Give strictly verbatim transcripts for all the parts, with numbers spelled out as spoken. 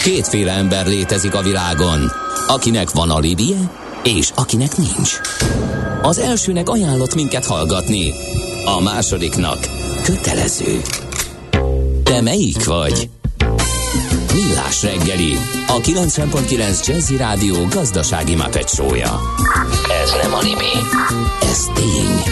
Kétféle ember létezik a világon, akinek van alibije, és akinek nincs. Az elsőnek ajánlott minket hallgatni, a másodiknak kötelező. Te melyik vagy? Millás reggeli, a kilencven pont kilenc Jazzy Rádió gazdasági Muppet show-ja. Ez nem anime, ez tény.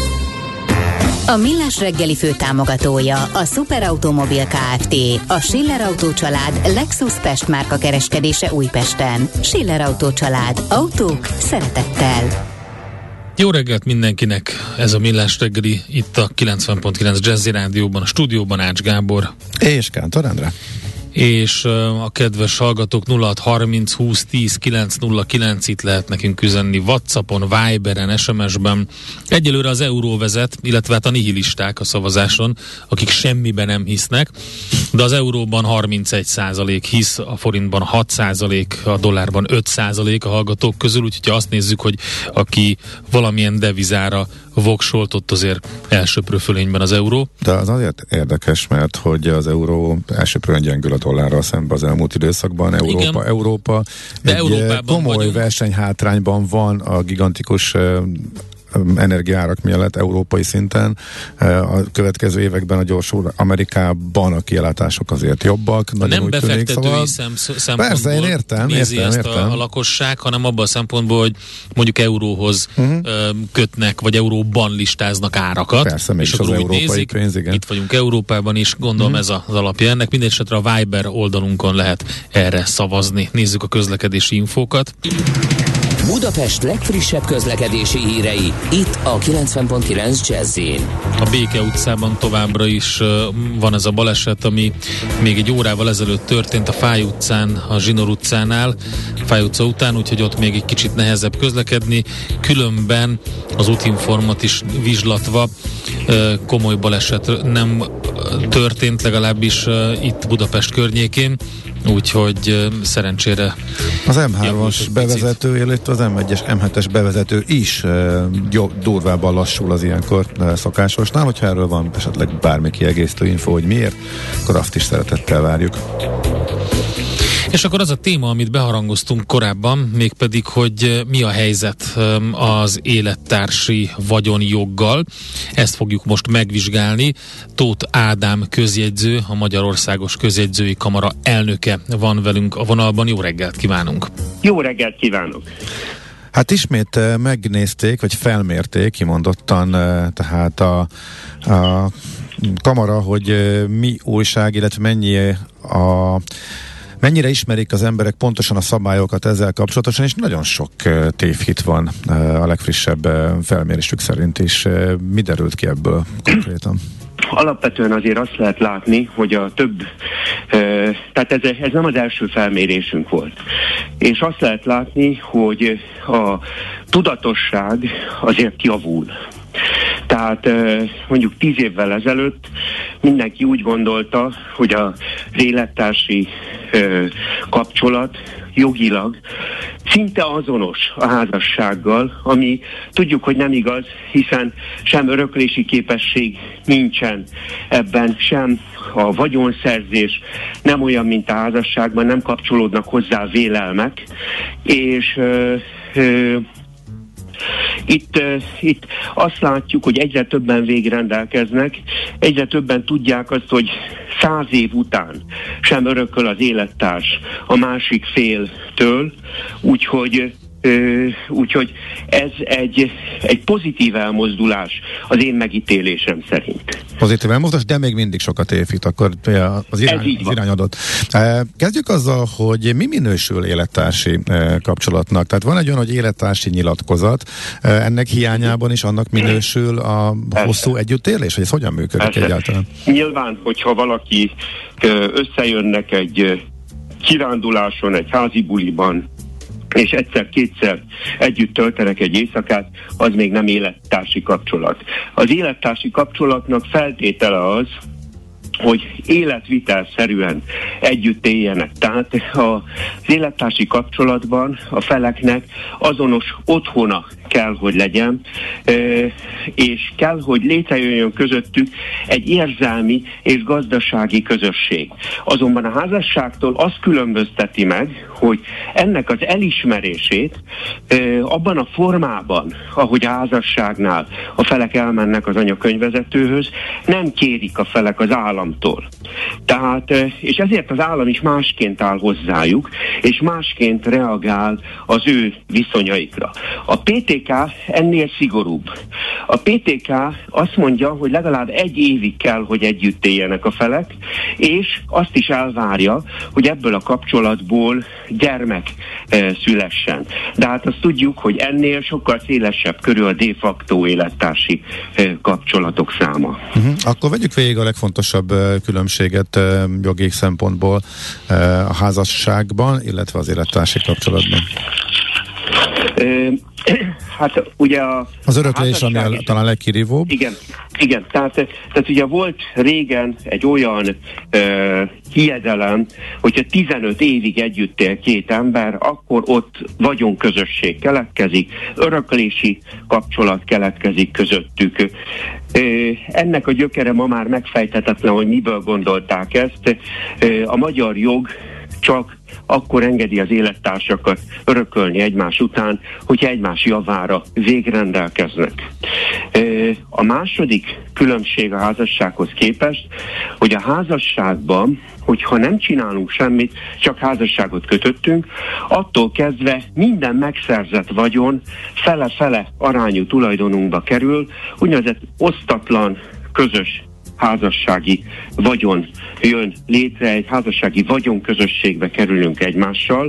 A Millás reggeli főtámogatója a Superautomobil Kft. A Schiller Autó család Lexus Pest márka kereskedése Újpesten. Schiller Autó család. Autók szeretettel. Jó reggelt mindenkinek, ez a Millás reggeli itt a kilencven pont kilenc Jazzy Rádióban, a stúdióban Ács Gábor. És Kántor Endre. És uh, a kedves hallgatók nulla hat harminc húsz tíz kilenc nulla kilenc, itt lehet nekünk üzenni WhatsAppon, Viberen, es em es-ben. Egyelőre az euró vezet, illetve hát a nihilisták a szavazáson, akik semmiben nem hisznek, de az euróban harmincegy százalék hisz, a forintban hat százalék, a dollárban öt százalék a hallgatók közül, úgyhogy azt nézzük, hogy aki valamilyen devizára voksolt, ott azért elsöprő fölényben az euró. De az azért érdekes, mert hogy az euró elsöprően gyengül a dollárral szemben az elmúlt időszakban. Európa, Igen. Európa De egy komoly vagyunk. Versenyhátrányban van a gigantikus energiaárak mellett európai szinten. A következő években a gyorsul Amerikában a kielátások azért jobbak. Nem befektetői szóval szem, szempontból persze, én értem, nézi értem, ezt értem. A, a lakosság, hanem abban a szempontból, hogy mondjuk euróhoz uh-huh. kötnek, vagy euróban listáznak árakat. Persze, és akkor az úgy európai nézik, pénz, igen. Itt vagyunk Európában is, gondolom uh-huh. ez az alapja ennek. Mindenesetre a Viber oldalunkon lehet erre szavazni. Nézzük a közlekedési infókat. Budapest legfrissebb közlekedési hírei, itt a kilencven pont kilenc Jazz-in. A Béke utcában továbbra is uh, van ez a baleset, ami még egy órával ezelőtt történt a Fáy utcán, a Zsinór utcánál, Fáy utca után, úgyhogy ott még egy kicsit nehezebb közlekedni. Különben az útinformat is vizslatva uh, komoly baleset nem történt, legalábbis uh, itt Budapest környékén, úgyhogy uh, szerencsére az em hármas bevezető, illetve az em egyes, em hetes bevezető is uh, jó, durvában lassul az ilyenkor uh, szokásosnál. Hogyha erről van esetleg bármi kiegészítő info, hogy miért, akkor azt is szeretettel várjuk. És akkor az a téma, amit beharangoztunk korábban, mégpedig, hogy mi a helyzet az élettársi vagyonjoggal. Ezt fogjuk most megvizsgálni. Tóth Ádám közjegyző, a Magyarországos Közjegyzői Kamara elnöke van velünk a vonalban. Jó reggelt kívánunk! Jó reggelt kívánok! Hát ismét megnézték, vagy felmérték kimondottan tehát a, a kamara, hogy mi újság, illetve mennyi a mennyire ismerik az emberek pontosan a szabályokat ezzel kapcsolatosan, és nagyon sok uh, tévhit van uh, a legfrissebb uh, felmérésük szerint is. Uh, mi derült ki ebből konkrétan? Alapvetően azért azt lehet látni, hogy a több, uh, tehát ez, ez nem az első felmérésünk volt. És azt lehet látni, hogy a tudatosság azért javul. Tehát mondjuk tíz évvel ezelőtt mindenki úgy gondolta, hogy az élettársi kapcsolat jogilag szinte azonos a házassággal, ami tudjuk, hogy nem igaz, hiszen sem öröklési képesség nincsen ebben, sem a vagyonszerzés nem olyan, mint a házasságban, nem kapcsolódnak hozzá vélelmek, és ö, ö, Itt, uh, itt azt látjuk, hogy egyre többen végrendelkeznek, egyre többen tudják azt, hogy száz év után sem örököl az élettárs a másik féltől, úgyhogy uh, úgyhogy ez egy, egy pozitív elmozdulás az én megítélésem szerint. Pozitív elmozdulás, de még mindig sokat évít, akkor az irány, az irány adott. Kezdjük azzal, hogy mi minősül élettársi kapcsolatnak. Tehát van egy olyan, hogy élettársi nyilatkozat, ennek hiányában is annak minősül a Persze. hosszú együttélés, hogy ez hogyan működik Persze. egyáltalán? Nyilván, hogyha valaki összejönnek egy kiránduláson, egy házi buliban, és egyszer-kétszer együtt töltenek egy éjszakát, az még nem élettársi kapcsolat. Az élettársi kapcsolatnak feltétele az, hogy életvitelszerűen együtt éljenek. Tehát az élettársi kapcsolatban a feleknek azonos otthona kell, hogy legyen, és kell, hogy létrejöjjön közöttük egy érzelmi és gazdasági közösség. Azonban a házasságtól azt különbözteti meg, hogy ennek az elismerését abban a formában, ahogy a házasságnál a felek elmennek az anyakönyvvezetőhöz, nem kérik a felek az államtól. Tehát, és ezért az állam is másként áll hozzájuk, és másként reagál az ő viszonyaikra. A pé té ká ennél szigorúbb. A pé té ká azt mondja, hogy legalább egy évig kell, hogy együtt éljenek a felek, és azt is elvárja, hogy ebből a kapcsolatból gyermek e, szülessen. De hát azt tudjuk, hogy ennél sokkal szélesebb körű a de facto élettársi e, kapcsolatok száma. Uh-huh. Akkor vegyük végig a legfontosabb uh, különbséget uh, jogi szempontból uh, a házasságban, illetve az élettársi kapcsolatban. Uh, Hát ugye a... Az öröklés, ami a, talán legkirívóbb. Igen, igen. Tehát, tehát ugye volt régen egy olyan ö, hiedelem, hogyha tizenöt évig együtt él két ember, akkor ott vagyonközösség keletkezik, öröklési kapcsolat keletkezik közöttük. Ö, ennek a gyökere ma már megfejthetetlen, hogy miből gondolták ezt. Ö, a magyar jog csak akkor engedi az élettársakat örökölni egymás után, hogyha egymás javára végrendelkeznek. A második különbség a házassághoz képest, hogy a házasságban, hogyha nem csinálunk semmit, csak házasságot kötöttünk, attól kezdve minden megszerzett vagyon fele-fele arányú tulajdonunkba kerül, úgynevezett osztatlan közös házassági vagyon jön létre, egy házassági vagyonközösségbe kerülünk egymással.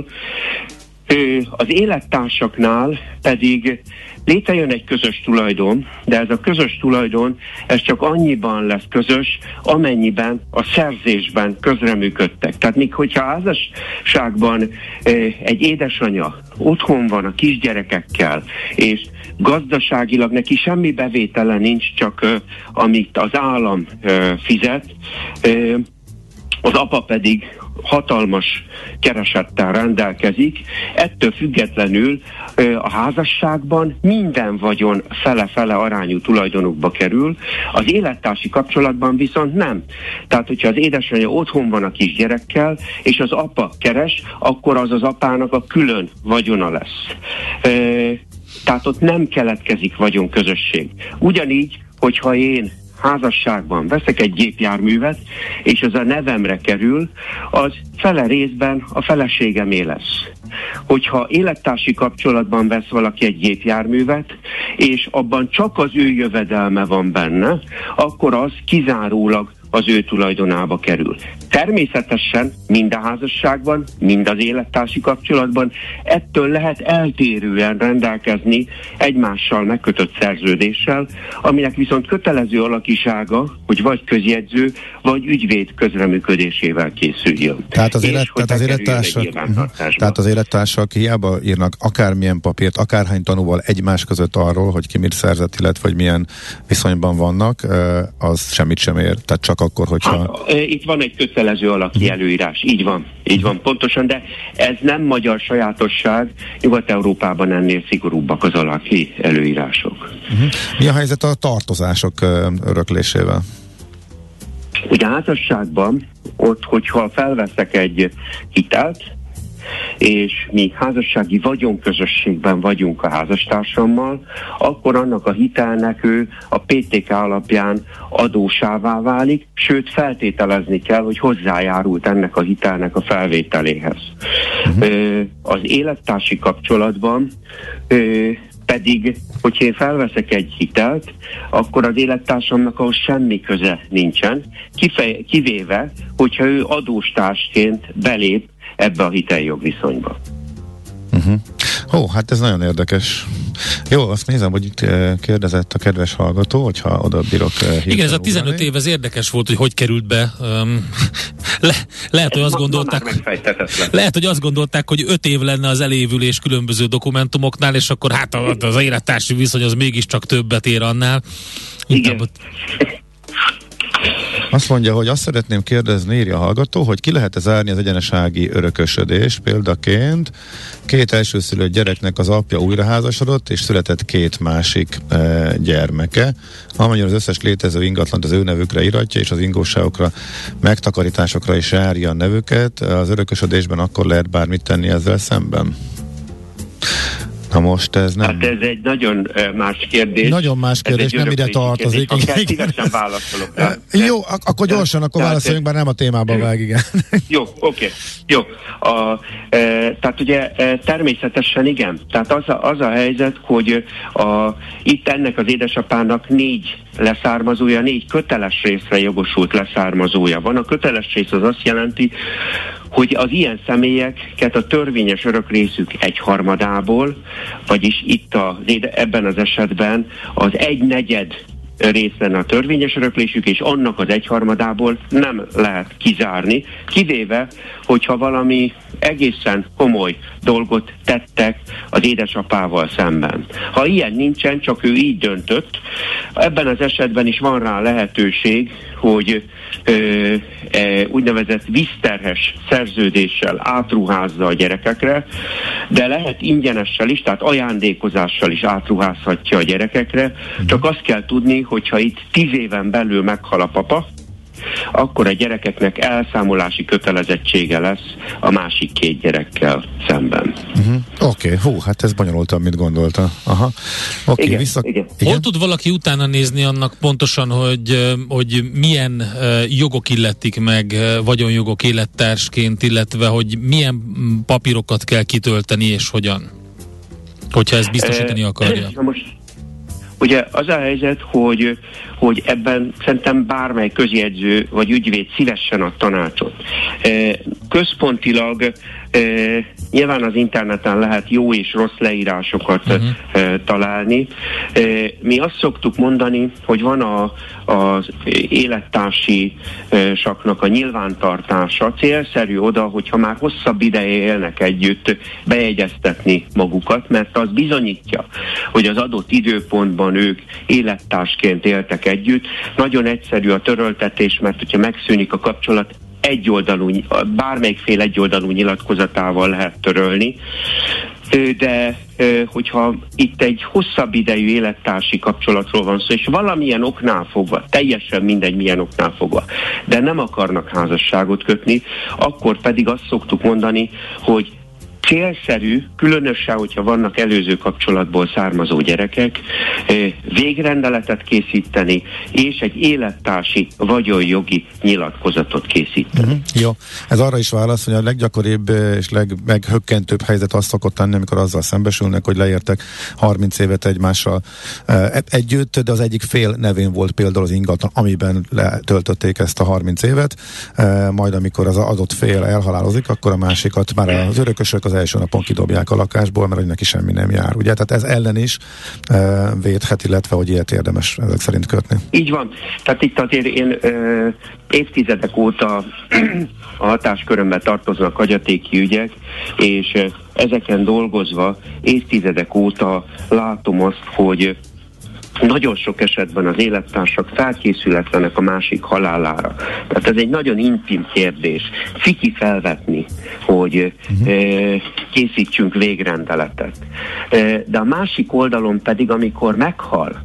Az élettársaknál pedig létrejön egy közös tulajdon, de ez a közös tulajdon, ez csak annyiban lesz közös, amennyiben a szerzésben közreműködtek. Tehát még hogyha házasságban egy édesanya otthon van a kisgyerekekkel, és gazdaságilag neki semmi bevétele nincs, csak uh, amit az állam uh, fizet, uh, az apa pedig hatalmas keresettel rendelkezik. Ettől függetlenül uh, a házasságban minden vagyon fele-fele arányú tulajdonukba kerül, az élettársi kapcsolatban viszont nem. Tehát, hogyha az édesanyja otthon van a kisgyerekkel, és az apa keres, akkor az az apának a külön vagyona lesz. Uh, Tehát ott nem keletkezik vagyonközösség. Ugyanígy, hogyha én házasságban veszek egy gépjárművet, és az a nevemre kerül, az fele részben a feleségemé lesz. Hogyha élettársi kapcsolatban vesz valaki egy gépjárművet, és abban csak az ő jövedelme van benne, akkor az kizárólag az ő tulajdonába kerül. Természetesen mind a házasságban, mind az élettársi kapcsolatban ettől lehet eltérően rendelkezni egymással megkötött szerződéssel, aminek viszont kötelező alakisága, hogy vagy közjegyző, vagy ügyvéd közreműködésével készüljön. Tehát az, élet, tehát az élettársak, tehát az élettársak hiába írnak akármilyen papírt, akárhány tanúval egymás között arról, hogy ki mit szerzett, illetve hogy milyen viszonyban vannak, az semmit sem ér. Tehát csak akkor, hogyha... Hát, itt van egy kötelező alaki előírás, így van, így van pontosan, de ez nem magyar sajátosság, Nyugat-Európában ennél szigorúbbak az alaki előírások. Uh-huh. Mi a helyzet a tartozások öröklésével? Ugye a házasságban, ott, hogyha felveszek egy hitelt, és mi házassági vagyonközösségben vagyunk a házastársammal, akkor annak a hitelnek ő a pé té ká alapján adósává válik, sőt feltételezni kell, hogy hozzájárult ennek a hitelnek a felvételéhez. Uh-huh. Az élettársi kapcsolatban pedig, hogyha én felveszek egy hitelt, akkor az élettársamnak ahhoz semmi köze nincsen, kifej, kivéve, hogyha ő adóstársként belép ebbe a hiteljogviszonyba. Uh-huh. Ó, hát ez nagyon érdekes. Jó, azt nézem, hogy itt kérdezett a kedves hallgató, hogyha oda bírok. Igen, ez a tizenöt év, ez érdekes volt, hogy hogy került be. Um, le, lehet, hogy azt gondolták, lehet, hogy azt gondolták, hogy öt év lenne az elévülés különböző dokumentumoknál, és akkor hát az élettársi viszony az mégiscsak többet ér annál. Igen. Azt mondja, hogy azt szeretném kérdezni, írja a hallgató, hogy ki lehet zárni az egyenesági örökösödés példaként. Két elsőszülött gyereknek az apja újraházasodott, és született két másik e, gyermeke. Amennyiben az összes létező ingatlant az ő nevükre iratja, és az ingóságokra, megtakarításokra is járja a nevüket, az örökösödésben akkor lehet bármit tenni ezzel szemben? Na most ez nem... Hát ez egy nagyon uh, más kérdés. Nagyon más kérdés, nem ide tartozik. Akár szívesen válaszolok rá. Jó, ak- akkor gyorsan, akkor válaszoljunk, bár nem a témában vág, igen. Jó, oké. Okay. Jó. A, e, tehát ugye e, természetesen igen. Tehát az a, az a helyzet, hogy a, itt ennek az édesapának négy leszármazója, négy köteles részre jogosult leszármazója van. A köteles rész az azt jelenti, hogy az ilyen személyeket a törvényes örökrészük egyharmadából, vagyis itt a, ebben az esetben az egynegyed rész lenne a törvényes öröklésük, és annak az egyharmadából nem lehet kizárni, kivéve, hogyha valami egészen komoly dolgot tettek az édesapával szemben. Ha ilyen nincsen, csak ő így döntött, ebben az esetben is van rá lehetőség, hogy ö, e, úgynevezett vízterhes szerződéssel átruházza a gyerekekre, de lehet ingyenessel is, tehát ajándékozással is átruházhatja a gyerekekre, csak azt kell tudni, hogyha itt tíz éven belül meghal a papa, akkor a gyerekeknek elszámolási kötelezettsége lesz a másik két gyerekkel szemben. Uh-huh. Oké, okay. Hú, hát ez bonyolultabb, mint gondolta. Aha. Oké, okay, vissza... Igen. Igen. Hol tud valaki utána nézni annak pontosan, hogy, hogy milyen jogok illetik meg vagyonjogok élettársként, illetve hogy milyen papírokat kell kitölteni és hogyan? Hogyha ezt biztosítani akarja. Na most ugye az a helyzet, hogy, hogy ebben szerintem bármely közjegyző vagy ügyvéd szívesen ad tanácsot. Központilag nyilván az interneten lehet jó és rossz leírásokat uh-huh. találni. Mi azt szoktuk mondani, hogy van a, az élettársi saknak a nyilvántartása. Célszerű oda, hogyha már hosszabb ideje élnek együtt, bejegyeztetni magukat, mert az bizonyítja, hogy az adott időpontban ők élettársként éltek együtt. Nagyon egyszerű a töröltetés, mert hogyha megszűnik a kapcsolat, egyoldalú, bármelyikféle egyoldalú nyilatkozatával lehet törölni, de hogyha itt egy hosszabb idejű élettársi kapcsolatról van szó, és valamilyen oknál fogva, teljesen mindegy milyen oknál fogva, de nem akarnak házasságot kötni, akkor pedig azt szoktuk mondani, hogy célszerű, különösen, hogyha vannak előző kapcsolatból származó gyerekek, végrendeletet készíteni, és egy élettársi vagyonjogi nyilatkozatot készíteni. Uh-huh. Jó. Ez arra is válasz, hogy a leggyakoribb és legmeghökkentőbb helyzet az szokott lenni, amikor azzal szembesülnek, hogy leértek harminc évet egymással együtt, de az egyik fél nevén volt például az ingatlan, amiben letöltötték ezt a harminc évet, majd amikor az adott fél elhalálozik, akkor a másikat már az örökösök az első napon kidobják a lakásból, mert hogy neki semmi nem jár. Ugye? Tehát ez ellen is e, védhet, illetve hogy ilyet érdemes ezek szerint kötni. Így van. Tehát itt azért én e, évtizedek óta a hatáskörömben tartoznak hagyatéki ügyek, és e, ezeken dolgozva évtizedek óta látom azt, hogy nagyon sok esetben az élettársak felkészületlenek a másik halálára. Tehát ez egy nagyon intim kérdés. Fiki felvetni, hogy uh-huh. e, készítsünk végrendeletet. E, de a másik oldalon pedig, amikor meghal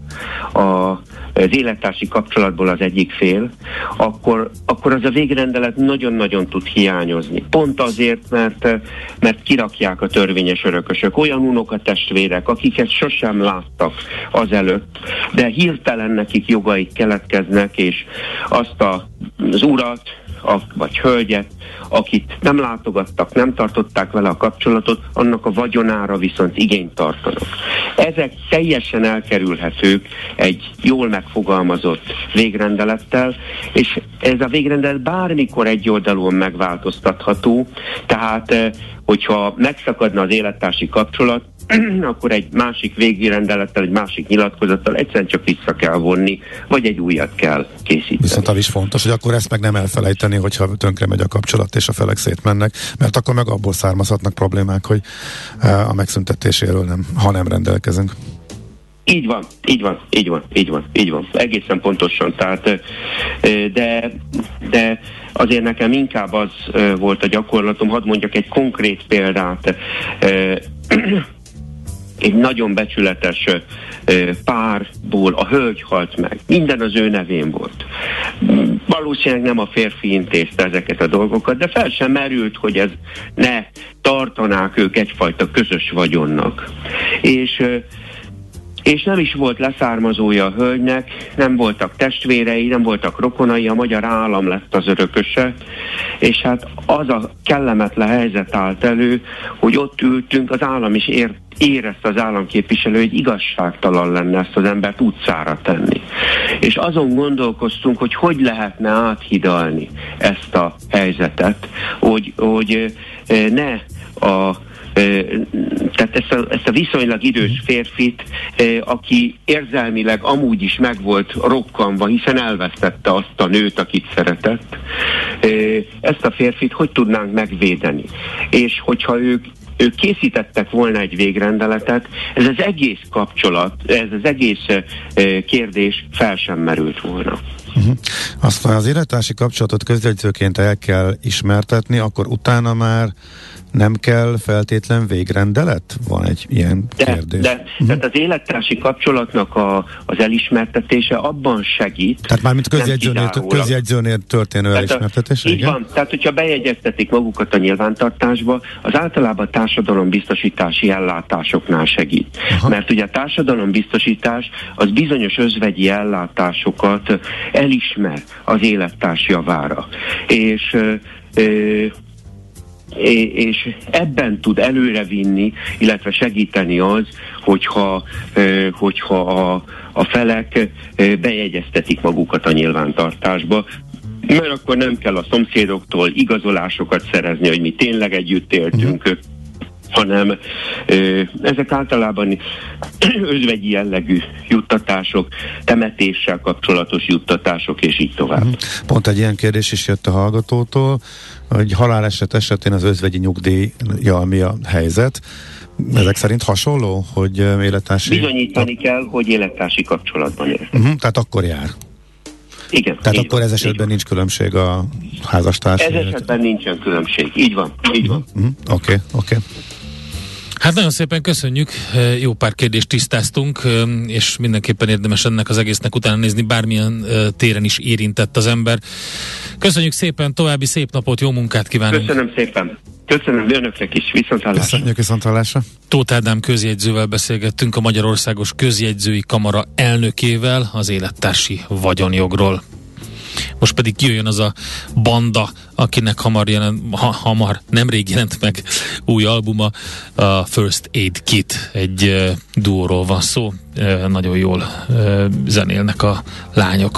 a az élettársi kapcsolatból az egyik fél, akkor, akkor az a végrendelet nagyon-nagyon tud hiányozni. Pont azért, mert, mert kirakják a törvényes örökösök. Olyan unokatestvérek, akiket sosem láttak azelőtt, de hirtelen nekik jogaik keletkeznek, és azt a, az urat, a, vagy hölgyet, akit nem látogattak, nem tartották vele a kapcsolatot, annak a vagyonára viszont igényt tartanak. Ezek teljesen elkerülhetők egy jól megfogalmazott végrendelettel, és ez a végrendelet bármikor egyoldalúan megváltoztatható, tehát hogyha megszakadna az élettársi kapcsolat, akkor egy másik végrendelettel, egy másik nyilatkozattal egyszerűen csak vissza kell vonni, vagy egy újat kell készíteni. Viszont az is fontos, hogy akkor ezt meg nem elfelejteni, hogyha tönkre megy a kapcsolat, és a felek szétmennek, mert akkor meg abból származhatnak problémák, hogy a megszüntetéséről nem, ha nem rendelkezünk. Így van, így van, így van, így van, így van, egészen pontosan. Tehát, de, de azért nekem inkább az volt a gyakorlatom, hadd mondjak egy konkrét példát. Egy nagyon becsületes párból a hölgy halt meg. Minden az ő nevén volt. Valószínűleg nem a férfi intézte ezeket a dolgokat, de fel sem merült, hogy ez ne tartanák ők egyfajta közös vagyonnak. És És nem is volt leszármazója a hölgynek, nem voltak testvérei, nem voltak rokonai, a magyar állam lett az örököse, és hát az a kellemetlen helyzet állt elő, hogy ott ültünk, az állam is ért, érezte az államképviselő, hogy igazságtalan lenne ezt az embert utcára tenni. És azon gondolkoztunk, hogy hogy lehetne áthidalni ezt a helyzetet, hogy, hogy ne a tehát ezt a, ezt a viszonylag idős férfit, aki érzelmileg amúgy is meg volt rokkanva, hiszen elvesztette azt a nőt, akit szeretett, ezt a férfit hogy tudnánk megvédeni? És hogyha ők ők készítettek volna egy végrendeletet, ez az egész kapcsolat, ez az egész kérdés fel sem merült volna. Uh-huh. Azt az élettársi kapcsolatot közjegyzőként el kell ismertetni, akkor utána már nem kell feltétlen végrendelet? Van egy ilyen de, kérdés. De, uh-huh. Tehát az élettársi kapcsolatnak a, az elismertetése abban segít. Tehát mármint közjegyzőnél, közjegyzőnél történő tehát elismertetés? A, így van. Tehát, hogyha bejegyeztetik magukat a nyilvántartásba, az általában társadalombiztosítási ellátásoknál segít. Aha. Mert ugye a társadalombiztosítás az bizonyos özvegyi ellátásokat elismer az élettárs javára. És ö, ö, és ebben tud előrevinni, illetve segíteni az, hogyha, hogyha a, a felek bejegyeztetik magukat a nyilvántartásba, mert akkor nem kell a szomszédoktól igazolásokat szerezni, hogy mi tényleg együtt éltünk, uh-huh. hanem ö, ezek általában özvegyi jellegű juttatások, temetéssel kapcsolatos juttatások, és így tovább. Pont egy ilyen kérdés is jött a hallgatótól, hogy haláleset esetén az özvegyi nyugdíjjal mi a helyzet. Ezek szerint hasonló, hogy élettársi... Bizonyítani kell, hogy élettársi kapcsolatban él. Uh-huh, tehát akkor jár. Igen. Tehát akkor van, ez esetben nincs különbség a házastársi... Ez esetben nincsen különbség. Így van. Így van. Oké, uh-huh. oké. Okay, okay. Hát nagyon szépen köszönjük, jó pár kérdést tisztáztunk, és mindenképpen érdemes ennek az egésznek utána nézni, bármilyen téren is érintett az ember. Köszönjük szépen, további szép napot, jó munkát kívánunk! Köszönöm szépen! Köszönöm önöknek is, viszonthallásra! Köszönjük, viszonthallásra! Tóth Ádám közjegyzővel beszélgettünk, a Magyarországos Közjegyzői Kamara elnökével az élettársi vagyonjogról. Most pedig jöjjön az a banda, akinek hamar, jelent, ha, hamar nemrég jelent meg új albuma, a First Aid Kit. Egy uh, duóról van szó, uh, nagyon jól uh, zenélnek a lányok.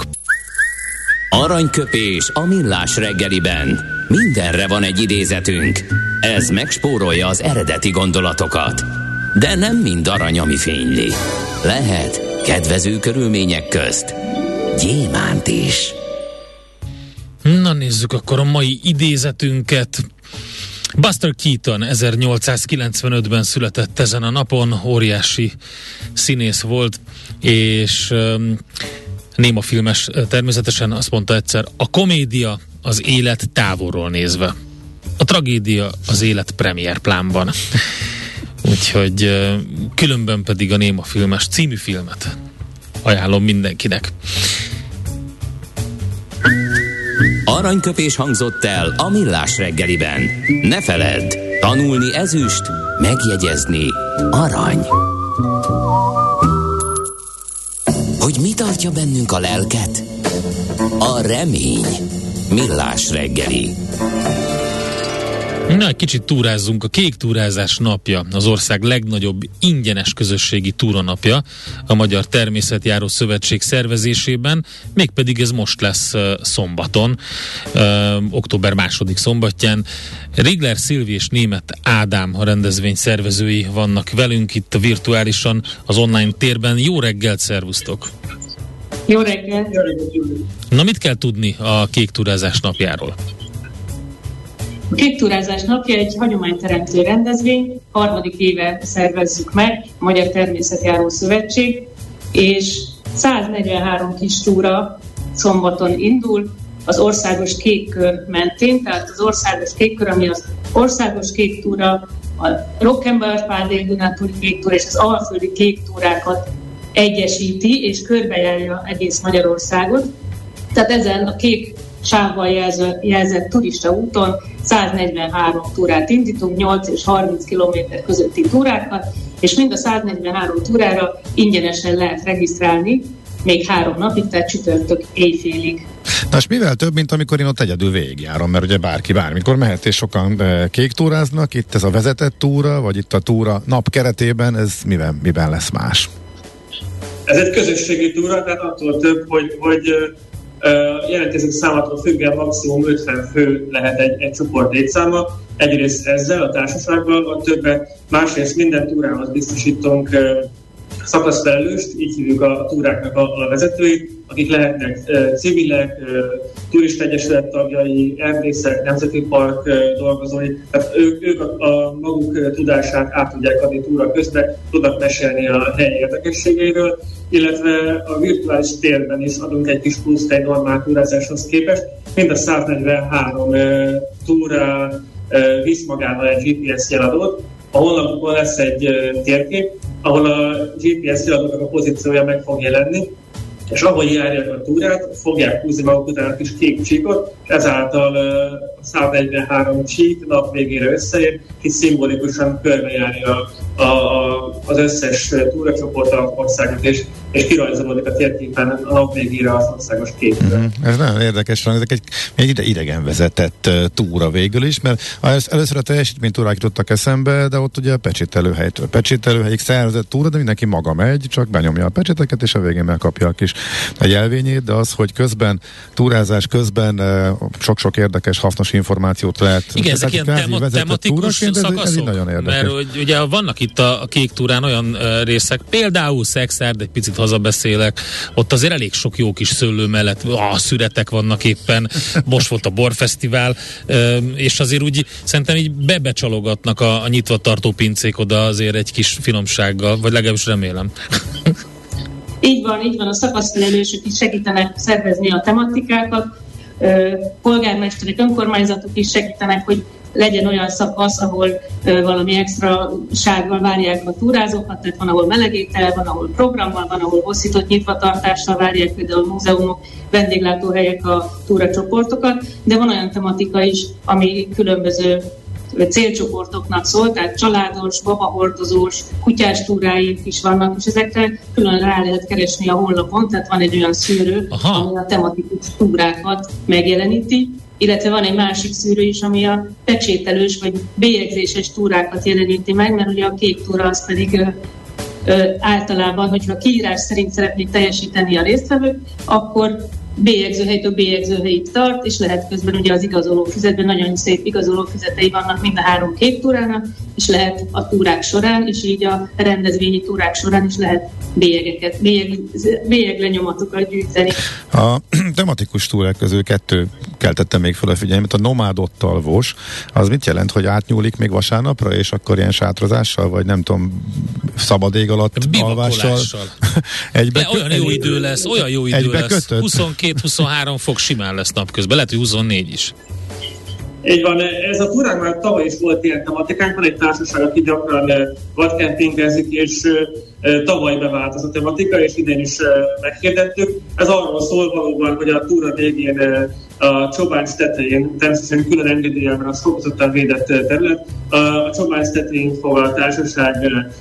Aranyköpés a millás reggeliben. Mindenre van egy idézetünk. Ez megspórolja az eredeti gondolatokat. De nem mind arany, ami fényli. Lehet kedvező körülmények közt gyémánt is. Na nézzük akkor a mai idézetünket. Buster Keaton ezernyolcszázkilencvenötben született ezen a napon, óriási színész volt, és um, némafilmes természetesen, azt mondta egyszer, a komédia az élet távolról nézve, a tragédia az élet premierplánban. Úgyhogy uh, különben pedig a némafilmes című filmet ajánlom mindenkinek. Aranyköpés hangzott el a millás reggeliben. Ne feledd, tanulni ezüst, megjegyezni arany. Hogy mi tartja bennünk a lelket? A remény. Millás reggeli. Na, egy kicsit túrázzunk. A Kék Túrázás napja, az ország legnagyobb ingyenes közösségi túranapja a Magyar Természetjáró Szövetség szervezésében, mégpedig ez most lesz uh, szombaton, uh, október második szombatján. Rigler Szilvi és Németh Ádám a rendezvény szervezői vannak velünk itt a virtuálisan, az online térben. Jó reggelt, szervusztok! Jó reggelt! Jó reggelt! Na, mit kell tudni a Kék Túrázás napjáról? A Kék Túrázás napja egy hagyományteremtő rendezvény, harmadik éve szervezzük meg, a Magyar Természetjáró Szövetség. és száznegyvenhárom kis túra szombaton indul az országos kék kör mentén, tehát az országos kék kör, ami az országos kék túra, a Rock'n'Bar Dél-Dunántúli kék túra és az alföldi kék túrákat egyesíti, és körbejárja egész Magyarországot. Tehát ezen a kék sávval jelzett, jelzett turista úton száznegyvenhárom túrát indítunk, nyolc és harminc kilométer közötti túrákat, és mind a száznegyvenhárom túrára ingyenesen lehet regisztrálni, még három napig, tehát csütörtök éjfélig. Na és mivel több, mint amikor én ott egyedül végigjárom, mert ugye bárki bármikor mehet, és sokan kék túráznak, itt ez a vezetett túra, vagy itt a túra nap keretében, ez miben, miben lesz más? Ez egy közösségi túra, tehát attól több, hogy, hogy uh, jelentkezők számától függően maximum ötven fő lehet egy, egy csoport létszáma. Egyrészt ezzel a társasággal, a többet, másrészt minden túrához biztosítunk uh, szakaszfelelőst, így hívjuk a túráknak a, a vezetőit, akik lehetnek uh, civilek, uh, turista egyesület tagjai, erdészek, nemzeti park uh, dolgozói, tehát ők, ők a, a maguk uh, tudását át tudják adni túra közben, tudnak mesélni a hely érdekességeiről, illetve a virtuális térben is adunk egy kis pluszt egy normál túrázáshoz képest. Mind a száznegyvenhárom uh, túra uh, visz magával egy gé pé es jeladót. A honlapukon lesz egy uh, térkép, ahol a gé pé es jeladónak a pozíciója meg fog jelenni, és ahogy járják a túrát, fogják húzni maguk után a kis kék csíkot, és ezáltal uh, a száznegyvenhárom csík nap végére összeér, és szimbolikusan körbejárja a, a, az összes túracsoport országot, és, és kirajzolódik a térképen a nap végére az országos kép. Mm-hmm. Ez nagyon érdekes, ezek egy, egy ide, idegen vezetett uh, túra végül is, mert először a teljesítménytúrák jutottak eszembe, de ott ugye a pecsételőhelytől pecsételőhelyig szervezett túra, de mindenki maga megy, csak benyomja a pecséteket, és a végén megkapja a kis a jelvényét, de az, hogy közben, túrázás közben uh, sok-sok érdekes, hasznos információt lehet. Igen, ezek ilyen tema, tematikus szakaszok, ez, ez nagyon érdekes. Mert hogy ugye vannak itt a, a kék túrán olyan uh, részek, például Szexárd, egy picit hazabeszélek, ott azért elég sok jó kis szőlő mellett ah, szüretek vannak éppen, most volt a borfesztivál, uh, és azért úgy szerintem így bebecsalogatnak a, a nyitva tartó pincék oda azért egy kis finomsággal, vagy legalábbis remélem. Így van, így van, a szakaszfelelősök is segítenek szervezni a tematikákat, polgármesterek, önkormányzatok is segítenek, hogy legyen olyan szakasz, ahol valami extra sággal várják a túrázókat, tehát van, ahol melegétel, van, ahol programmal, van, ahol hosszított nyitvatartással várják például múzeumok, vendéglátóhelyek a túracsoportokat, de van olyan tematika is, ami különböző célcsoportoknak szól, tehát családos, babahordozós, kutyás túráink is vannak, és ezekre külön rá lehet keresni a honlapon, tehát van egy olyan szűrő, Aha. ami a tematikus túrákat megjeleníti, illetve van egy másik szűrő is, ami a pecsételős vagy bélyegzéses túrákat jeleníti meg, mert ugye a kék túra az pedig ö, ö, általában, hogyha kiírás szerint szeretnék teljesíteni a résztvevők, akkor bélyegzőhelytől bélyegzőhelyig tart, és lehet közben ugye az igazoló füzetben nagyon szép igazoló füzetei vannak mind a három kék túrának, és lehet a túrák során, és így a rendezvényi túrák során is lehet bélyegeket, bélyeg, bélyeglenyomatokat gyűjteni. A tematikus túrák közül kettő keltette még fel a figyelmet, a nomádottal vos, az mit jelent, hogy átnyúlik még vasárnapra, és akkor ilyen sátrazással, vagy nem tudom, szabad ég alatt alvással? Egybe kö- olyan jó idő lesz, olyan jó idő lesz. huszonkettő-huszonhárom fok simán lesz napközben, lehet, hogy huszonnégy is. Így van, ez a túrán már tavaly is volt ilyen tematikánk, van egy társaság, aki gyakran vadkempingezik, és tavaly bevált az a tematika, és idén is meghirdettük. Ez arról szól valóban, hogy a túra végén a Csobánc tetején, természetesen külön engedéllyel, mert az fokozottan védett terület, a Csobánc tetején fog a társaság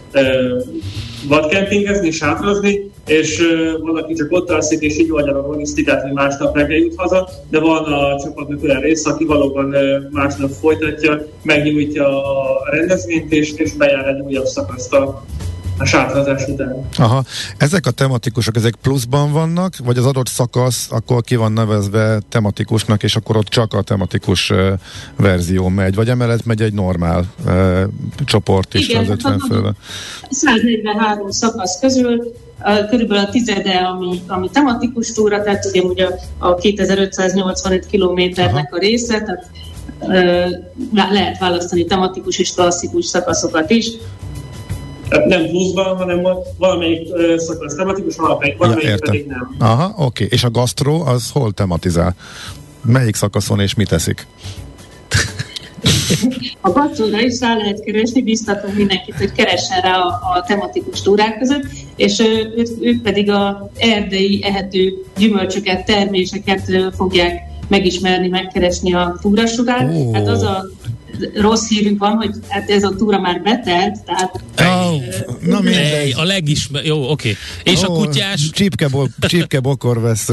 vadkempingezni, sátrazni, és uh, valaki csak ott alszik, és így oldja a logisztikát, hogy másnap reggel jut haza, de van a csapatnak olyan része, aki valóban uh, másnap folytatja, megnyújtja a rendezvényt, és, és bejár egy újabb szakaszt a, a sátrazás után. Aha. Ezek a tematikusok, ezek pluszban vannak, vagy az adott szakasz akkor ki van nevezve tematikusnak, és akkor ott csak a tematikus uh, verzió megy, vagy emellett megy egy normál uh, csoport is. Igen, az ötven fővel. száznegyvenhárom szakasz közül Uh, körülbelül a tizede, ami, ami tematikus túra, tehát ugye, ugye a kétezer-ötszáznyolcvanöt kilométernek a része, tehát uh, lehet választani tematikus és klasszikus szakaszokat is. Tehát nem pluszban, hanem valamelyik szakasz tematikus, valamelyik, valamelyik ja, pedig nem. Aha, oké. Okay. És a gasztró az hol tematizál? Melyik szakaszon és mit eszik? A gasztróra is rá lehet keresni, biztatom mindenkit, hogy keressen rá a, a tematikus túrák között, és ők, ők pedig a erdei ehető gyümölcsöket, terméseket fogják megismerni, megkeresni a túra során. Oh. Hát az a rossz hírünk van, hogy hát ez a túra már betelt, tehát... Oh, na mindegy. A legismer... Jó, oké. Okay. És oh, a kutyás? Csípkebor, csípkebokor vesz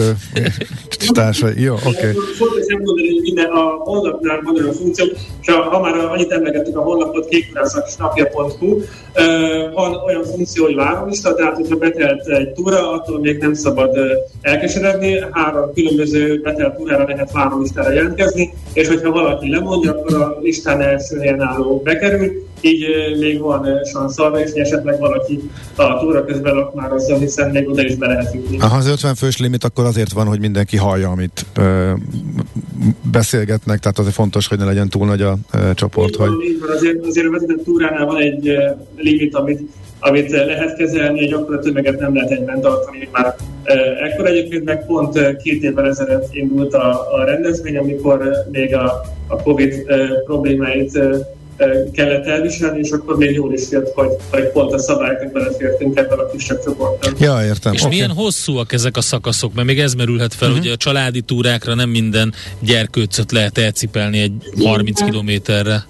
társai. Jó, oké. Okay. Fontos elmondani, hogy minden a honlapnál van olyan funkció, és ha, ha már annyit emlegettük a honlapot, kékturázásnapja pont hu, uh, van olyan funkció, hogy várólista, tehát hogyha betelt egy túra, attól még nem szabad uh, elkeseredni, három különböző betelt túrára lehet várólistára jelentkezni, és hogyha valaki lemondja, akkor a listán első helyen álló bekerül, így uh, még van uh, sansz arra, és esetleg valaki a túra közben lakmározza, hiszen még oda is be lehet jutni. Ha az ötven fős limit, akkor azért van, hogy mindenki hallja, amit uh, beszélgetnek, tehát azért fontos, hogy ne legyen túl nagy a uh, csoport. Így van, hogy... így van. Azért, azért a vezetett túránál van egy uh, limit, amit, amit uh, lehet kezelni, egy akkora tömeget nem lehet egyben tartani már. Uh, ekkor egyébként meg pont uh, két évvel ezelőtt indult a, a rendezvény, amikor uh, még a, a Covid uh, problémáit uh, kellett elviselni, és akkor még jól is jött, hogy, hogy pont a szabályoknak belefértünk ebben a kisebb csoportban. Ja, értem. És okay. milyen hosszúak ezek a szakaszok? Mert még ez merülhet fel, uh-huh. hogy a családi túrákra nem minden gyerkőcöt lehet elcipelni egy harminc kilométerre.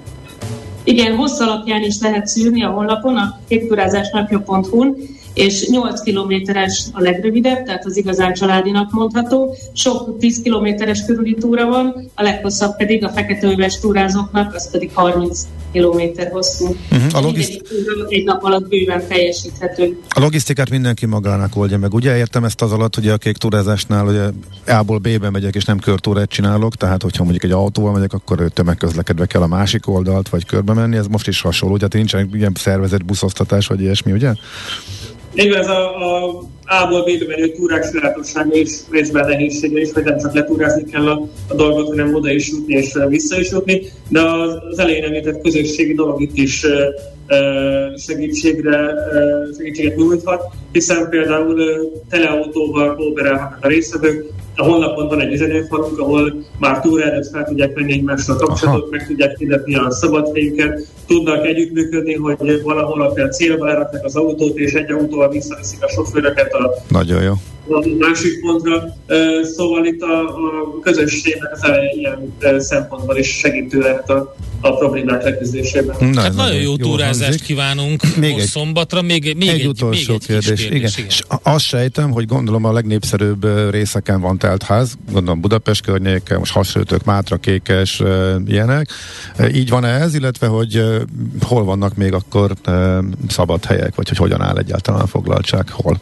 Igen, hossz alapján is lehet szűrni a honlapon, a kékturázásnapja pont hu-n, és nyolc kilométeres a legrövidebb, tehát az igazán családinak mondható. Sok tíz kilométeres körüli túra van, a leghosszabb pedig a feketeöves túrázóknak, az pedig harminc kilométer hosszú. Uh-huh. A logiszt... Egy nap alatt bőven teljesíthető. A logisztikát mindenki magának oldja meg. Ugye értem ezt az alatt, hogy a kék túrázásnál ugye A-ból B-be megyek, és nem körtúrát csinálok, tehát hogyha mondjuk egy autóval megyek, akkor tömegközlekedve kell a másik oldalt, vagy körbe menni, ez most is hasonló, tehát nincsen ilyen szervezett buszosztatás, vagy ilyesmi, ugye? Igen, ez a, a A-ból B-be menő túrák sajátossága és részben nehézsége is, hogy nem csak letúrázni kell a, a dolgot, hanem oda is jutni és vissza is jutni, de az, az elején említett közösségi dolog itt is uh, segítségre, uh, segítséget nyújthat, hiszen például uh, teleautóval kooperálhatnak a résztvevők. A honlapon van egy üzenőfalunk, ahol már túra előtt fel tudják venni egymással kapcsolatot, meg tudják hirdetni a szabad helyüket, tudnak együttműködni, hogy valahol a célba leraknak az autót, és egy autóval visszaviszik a sofőröket a, Nagyon jó. a másik pontra. Szóval itt a, a közösségnek az ilyen szempontból is segítő lehet a, a problémák leküzdésében. Na, hát nagyon jó túrázást hangzik. Kívánunk még most egy, szombatra. Még, még egy, egy utolsó még egy kérdés. kérdés. Igen. Igen. És azt sejtem, hogy gondolom a legnépszerűbb részeken van teltház, gondolom Budapest környéke, most Hasonlótök, Mátra, Kékes, ilyenek. Így van ez, illetve hogy hol vannak még akkor szabad helyek, vagy hogy hogyan áll egyáltalán a foglaltság, hol?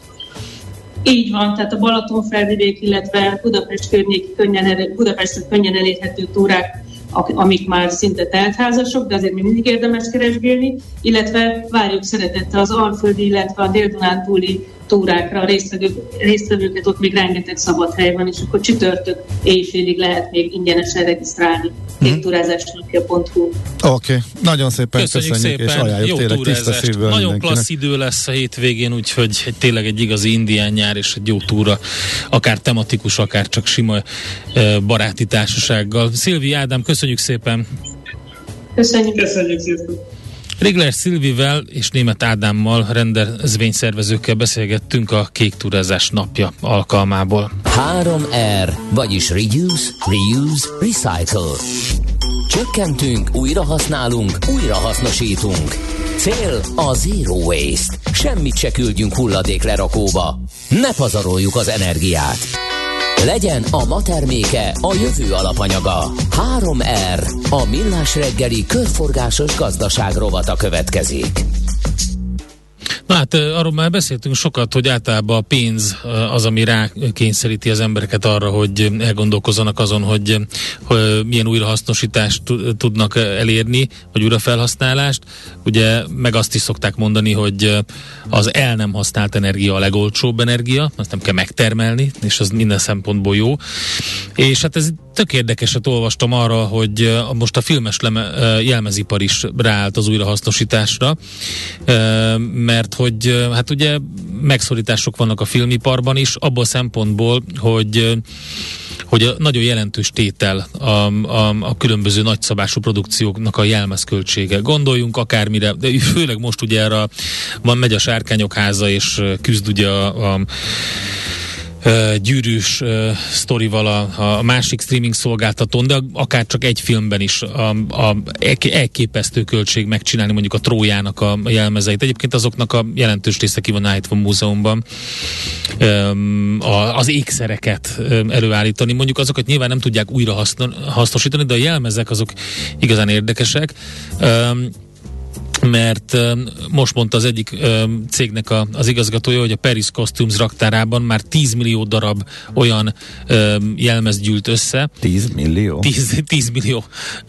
Így van, tehát a Balatonfelvidék, illetve Budapest környéki könnyen, Budapestre könnyen elérhető túrák, amik már szinte teltházasok, de azért még mindig érdemes keresgélni, illetve várjuk szeretettel az alföldi, illetve a Dél-Dunántúli túrákra a résztvevőket, ott még rengeteg szabad hely van, és akkor csütörtök éjfélig lehet még ingyenesen regisztrálni. kékturázásnapja pont hu. Oké, okay. Nagyon szépen köszönjük, köszönjük szépen. És ajánljuk jó tényleg tiszta szívvel. Nagyon mindenkinek. klassz idő lesz a hétvégén, úgyhogy egy, tényleg egy igazi indián nyár és egy jó túra, akár tematikus, akár csak sima e, baráti társasággal. Szilvi Ádám, köszönjük szépen! Köszönjük! Köszönjük szépen! Régler Szilvivel és Németh Ádámmal, rendezvényszervezőkkel beszélgettünk a Kéktúrázás napja alkalmából. három er, vagyis Reduce, Reuse, Recycle. Csökkentünk, újrahasználunk, újrahasznosítunk. Cél a Zero Waste. Semmit se küldjünk hulladéklerakóba. Ne pazaroljuk az energiát. Legyen a ma terméke a jövő alapanyaga. három er, a Millás reggeli körforgásos gazdaság rovata következik. Na hát arról már beszéltünk sokat, hogy általában a pénz az, ami rá kényszeríti az embereket arra, hogy elgondolkozzanak azon, hogy, hogy milyen újrahasznosítást tudnak elérni, vagy újrafelhasználást. Ugye meg azt is szokták mondani, hogy az el nem használt energia a legolcsóbb energia, azt nem kell megtermelni, és az minden szempontból jó. És hát ez tök érdekeset olvastam arra, hogy most a filmes leme, jelmezipar is ráállt az újrahasznosításra, mert hogy hát ugye megszorítások vannak a filmiparban is, abból a szempontból, hogy hogy a nagyon jelentős tétel a, a, a különböző nagyszabású produkcióknak a jelmezköltsége. Gondoljunk akármire, de főleg most ugye erre van, megy a Sárkányok háza, és küzd ugye a, a gyűrűs uh, sztorival a, a másik streaming szolgáltatón, de akár csak egy filmben is a, a elképesztő költség megcsinálni mondjuk a Trójának a jelmezeit. Egyébként azoknak a jelentős része ki van állítva múzeumban. Um, a, az ékszereket um, előállítani. Mondjuk azokat nyilván nem tudják újra haszno, hasznosítani, de a jelmezek azok igazán érdekesek. Um, mert uh, most mondta az egyik uh, cégnek a, az igazgatója, hogy a Paris Costumes raktárában már tíz millió darab olyan uh, jelmez gyűlt össze. tíz millió? tíz millió.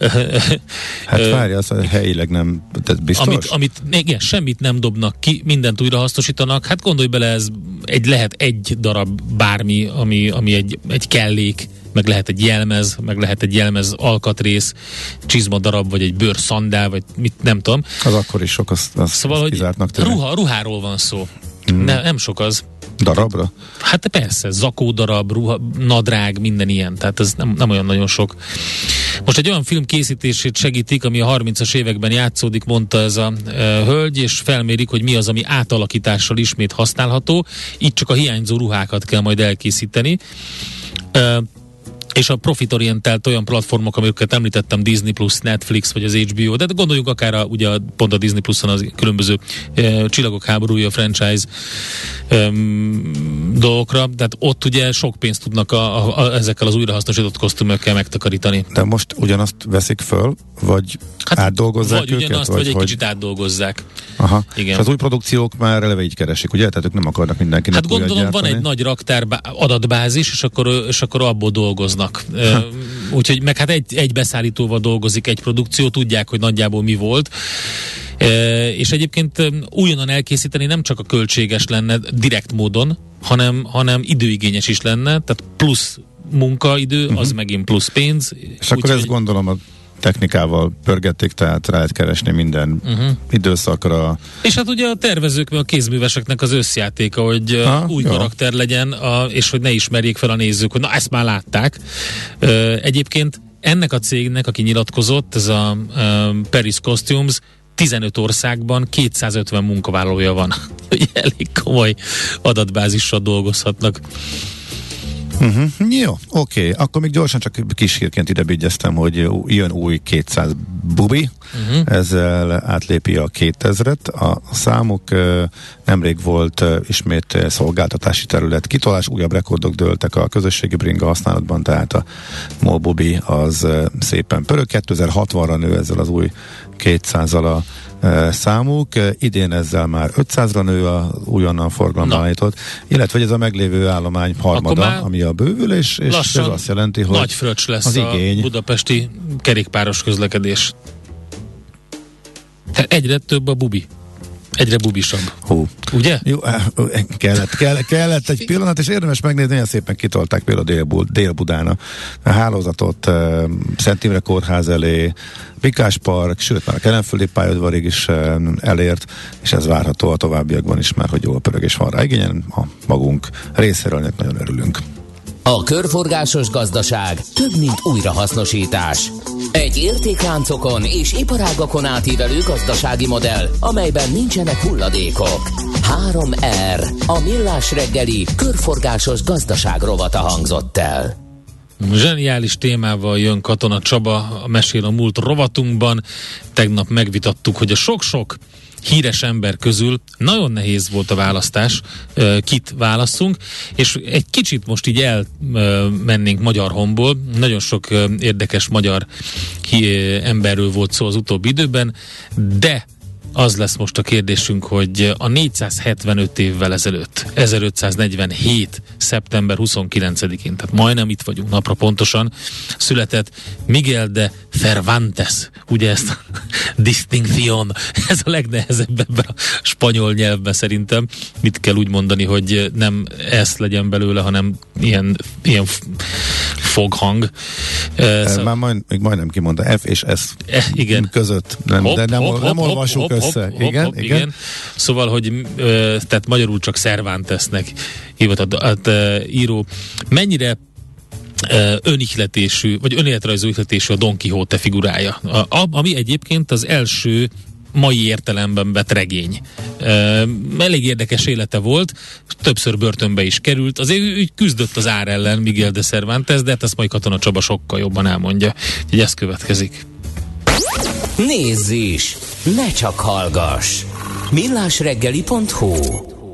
Hát várja, az helyileg nem, tehát biztos? Amit, amit, igen, semmit nem dobnak ki, mindent újra hasznosítanak. Hát gondolj bele, ez egy, lehet egy darab bármi, ami, ami egy, egy kellék, meg lehet egy jelmez, meg lehet egy jelmez alkatrész, csizma darab, vagy egy bőrszandál, vagy mit, nem tudom. Az akkor is sok, az, az szóval, hogy ruha, ruháról van szó. Hmm. Ne, nem sok az. Darabra? Hát persze, zakó darab, ruha, nadrág, minden ilyen, tehát ez nem, nem olyan nagyon sok. Most egy olyan film készítését segítik, ami a harmincas években játszódik, mondta ez a e, hölgy, és felmérik, hogy mi az, ami átalakítással ismét használható. Itt csak a hiányzó ruhákat kell majd elkészíteni. E, és a profitorientált olyan platformok, amiket említettem, Disney Plus, Netflix vagy az há bé o, de gondoljunk akár a, ugye pont a Disney Pluson az különböző e, Csillagok háborúja, franchise e, dolgokra, tehát ott ugye sok pénzt tudnak a, a, a, ezekkel az újrahasznosított kosztümökkel megtakarítani. De most ugyanazt veszik föl, vagy hát átdolgozzák vagy őket? Ugyanazt, vagy, vagy egy hogy... kicsit átdolgozzák. Aha. Igen. És az új produkciók már eleve így keresik, ugye? Tehát ők nem akarnak mindenkinek hát gondolom van egy nagy raktár adatbázis, és akkor, és akkor abból dolgoznak. Úgyhogy meg hát egy, egy beszállítóval dolgozik egy produkció, tudják, hogy nagyjából mi volt. E, és egyébként újonnan elkészíteni nem csak a költséges lenne direkt módon, hanem, hanem időigényes is lenne, tehát plusz munkaidő, uh-huh. az megint plusz pénz. És akkor ezt gondolom a technikával pörgették, tehát rá lehet keresni minden uh-huh. időszakra. És hát ugye a tervezők, meg a kézműveseknek az összjátéka, hogy ha, új jó. karakter legyen, a, és hogy ne ismerjék fel a nézők, hogy na ezt már látták. Uh, egyébként ennek a cégnek, aki nyilatkozott, ez a uh, Paris Costumes, tizenöt országban kétszázötven munkavállalója van. Elég komoly adatbázissal dolgozhatnak. Uh-huh. Jó, oké. Okay. Akkor még gyorsan csak kis hírként ide bigyeztem, hogy jön új kétszáz bubi, uh-huh. ezzel átlépi a kétezret. A számuk uh, nemrég volt uh, ismét uh, szolgáltatási terület kitolás, újabb rekordok dőltek a közösségi bringa használatban, tehát a MOL bubi az uh, szépen pörög. kétezer-hatvanra nő ezzel az új kétszázzal a uh, számuk. Uh, idén ezzel már ötszázra nő a újonnan forgalomban állított, illetve ez a meglévő állomány harmada, ami a bővülés, és ez azt jelenti, hogy nagy fröccs lesz az igény. A budapesti kerékpáros közlekedés. Tehát egyre több a bubi. Egyre bubisabb. Hú. Ugye? Jó, kellett, kellett, kellett egy pillanat, és érdemes megnézni, nagyon szépen kitolták például Dél-Budán a hálózatot, Szent Imre kórház elé, Pikás Park, sőt már a Kelenföldi pályaudvarig is elért, és ez várható a továbbiakban is, mert hogy jól pörög és van rá igényen, a magunk részéről nagyon örülünk. A körforgásos gazdaság több, mint újrahasznosítás. Egy értékláncokon és iparágakon átívelő gazdasági modell, amelyben nincsenek hulladékok. három er, a Millás reggeli körforgásos gazdaság rovata hangzott el. Zseniális témával jön Katona Csaba a Mesél a múlt rovatunkban. Tegnap megvitattuk, hogy a sok-sok híres ember közül nagyon nehéz volt a választás, kit válasszunk, és egy kicsit most így elmennénk magyar honból. Nagyon sok érdekes magyar emberről volt szó az utóbbi időben, de az lesz most a kérdésünk, hogy a négyszázhetvenöt évvel ezelőtt, ezerötszáznegyvenhét. szeptember huszonkilencedikén, tehát majdnem itt vagyunk napra pontosan, született Miguel de Cervantes, ugye ezt a distincción, ez a legnehezebb ebben a spanyol nyelvben szerintem. Mit kell úgy mondani, hogy nem ez legyen belőle, hanem ilyen, ilyen foghang. Ez már majd, még majdnem kimondta, F és S e, igen. között. Nem, hop, de nem, hop, nem hop, olvasjuk hop, össze. Hop, igen, hop, igen. igen. Szóval, hogy ö, tehát magyarul csak Cervantesnek hívott a, a, a író. Mennyire ö, önihletésű, vagy önéletrajzú ihletésű a Don Quixote figurája, a, a, ami egyébként az első mai értelemben vett regény. Uh, elég érdekes élete volt, többször börtönbe is került, azért úgy küzdött az ár ellen Miguel de Cervantes, de hát ezt majd Katona Csaba sokkal jobban elmondja. Úgyhogy ez következik. Nézz is! Ne csak hallgass! millásreggeli pont hu